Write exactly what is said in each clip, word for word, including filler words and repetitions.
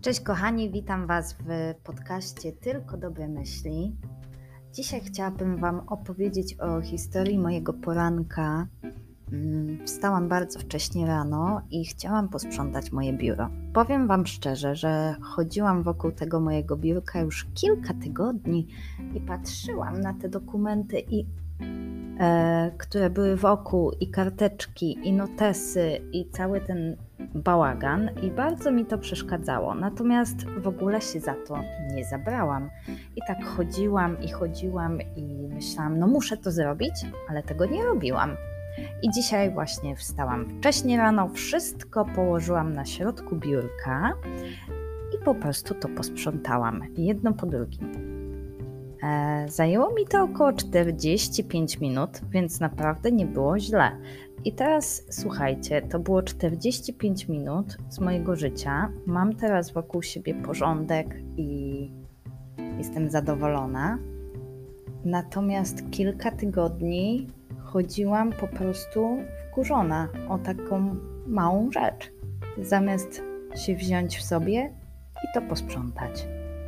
Cześć kochani, witam Was w podcaście Tylko Dobre Myśli. Dzisiaj chciałabym Wam opowiedzieć o historii mojego poranka. Wstałam bardzo wcześnie rano i chciałam posprzątać moje biuro. Powiem Wam szczerze, że chodziłam wokół tego mojego biurka już kilka tygodni i patrzyłam na te dokumenty, i, e, które były wokół, i karteczki, i notesy, i cały ten bałagan, i bardzo mi to przeszkadzało. Natomiast w ogóle się za to nie zabrałam. I tak chodziłam i chodziłam i myślałam, no muszę to zrobić, ale tego nie robiłam. I dzisiaj właśnie wstałam wcześnie rano, wszystko położyłam na środku biurka i po prostu to posprzątałam, jedno po drugim. E, zajęło mi to około czterdzieści pięć minut, więc naprawdę nie było źle. I teraz słuchajcie, to było czterdzieści pięć minut z mojego życia. Mam teraz wokół siebie porządek i jestem zadowolona. Natomiast kilka tygodni chodziłam po prostu wkurzona o taką małą rzecz, zamiast się wziąć w sobie i to posprzątać.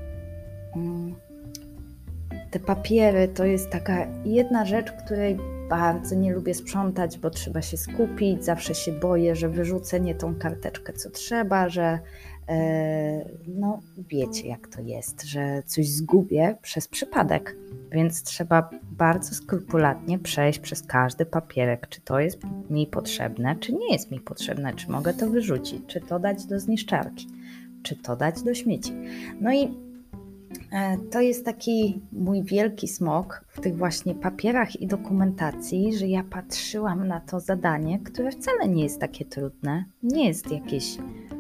Te papiery to jest taka jedna rzecz, której bardzo nie lubię sprzątać, bo trzeba się skupić, zawsze się boję, że wyrzucę nie tą karteczkę, co trzeba, że e, no wiecie jak to jest, że coś zgubię przez przypadek, więc trzeba bardzo skrupulatnie przejść przez każdy papierek, czy to jest mi potrzebne, czy nie jest mi potrzebne, czy mogę to wyrzucić, czy to dać do zniszczarki, czy to dać do śmieci. No i to jest taki mój wielki smok w tych właśnie papierach i dokumentacji, że ja patrzyłam na to zadanie, które wcale nie jest takie trudne, nie jest jakieś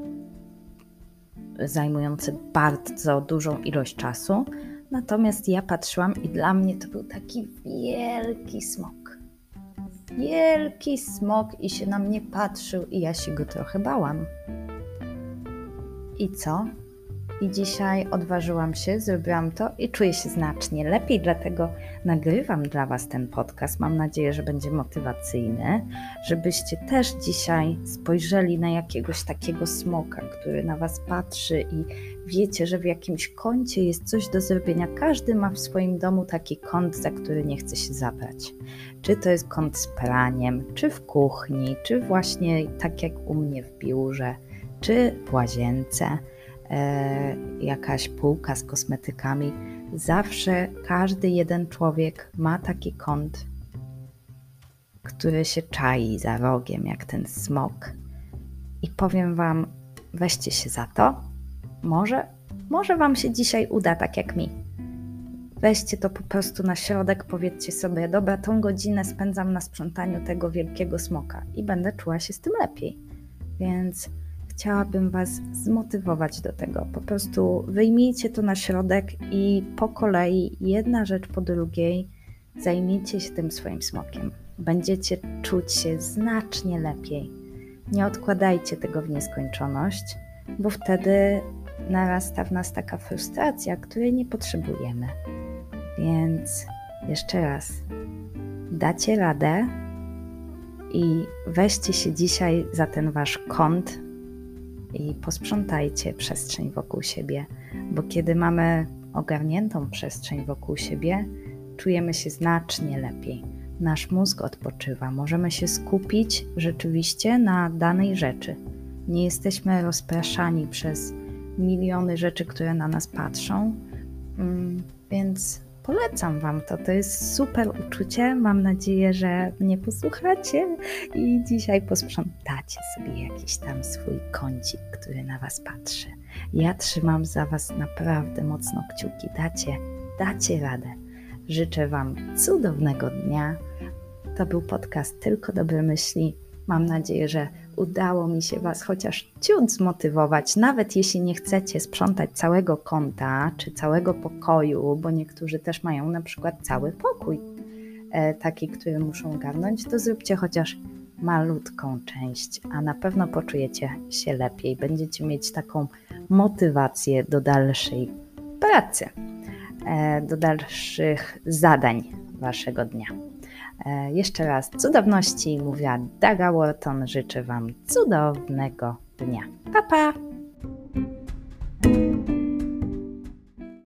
zajmujące bardzo dużą ilość czasu, natomiast ja patrzyłam i dla mnie to był taki wielki smok. Wielki smok i się na mnie patrzył i ja się go trochę bałam. I co? I dzisiaj odważyłam się, zrobiłam to i czuję się znacznie lepiej, dlatego nagrywam dla Was ten podcast. Mam nadzieję, że będzie motywacyjny, żebyście też dzisiaj spojrzeli na jakiegoś takiego smoka, który na Was patrzy i wiecie, że w jakimś kącie jest coś do zrobienia. Każdy ma w swoim domu taki kąt, za który nie chce się zabrać. Czy to jest kąt z praniem, czy w kuchni, czy właśnie tak jak u mnie w biurze, czy w łazience. E, jakaś półka z kosmetykami. Zawsze każdy jeden człowiek ma taki kąt, który się czai za rogiem, jak ten smok. I powiem Wam, weźcie się za to. Może, może Wam się dzisiaj uda tak jak mi. Weźcie to po prostu na środek, powiedzcie sobie, dobra, tą godzinę spędzam na sprzątaniu tego wielkiego smoka i będę czuła się z tym lepiej. Więc chciałabym Was zmotywować do tego. Po prostu wyjmijcie to na środek i po kolei, jedna rzecz po drugiej, zajmijcie się tym swoim smokiem. Będziecie czuć się znacznie lepiej. Nie odkładajcie tego w nieskończoność, bo wtedy narasta w nas taka frustracja, której nie potrzebujemy. Więc jeszcze raz, dacie radę i weźcie się dzisiaj za ten Wasz kąt i posprzątajcie przestrzeń wokół siebie, bo kiedy mamy ogarniętą przestrzeń wokół siebie, czujemy się znacznie lepiej. Nasz mózg odpoczywa, możemy się skupić rzeczywiście na danej rzeczy. Nie jesteśmy rozpraszani przez miliony rzeczy, które na nas patrzą, więc polecam Wam to. To jest super uczucie. Mam nadzieję, że mnie posłuchacie i dzisiaj posprzątacie sobie jakiś tam swój kącik, który na Was patrzy. Ja trzymam za Was naprawdę mocno kciuki. Dacie, dacie radę. Życzę Wam cudownego dnia. To był podcast Tylko Dobre Myśli. Mam nadzieję, że udało mi się Was chociaż ciut zmotywować, nawet jeśli nie chcecie sprzątać całego kąta czy całego pokoju, bo niektórzy też mają na przykład cały pokój e, taki, który muszą ogarnąć, to zróbcie chociaż malutką część, a na pewno poczujecie się lepiej. Będziecie mieć taką motywację do dalszej pracy, e, do dalszych zadań Waszego dnia. Jeszcze raz cudowności mówiła Daga Wharton. Życzę Wam cudownego dnia. Pa, pa!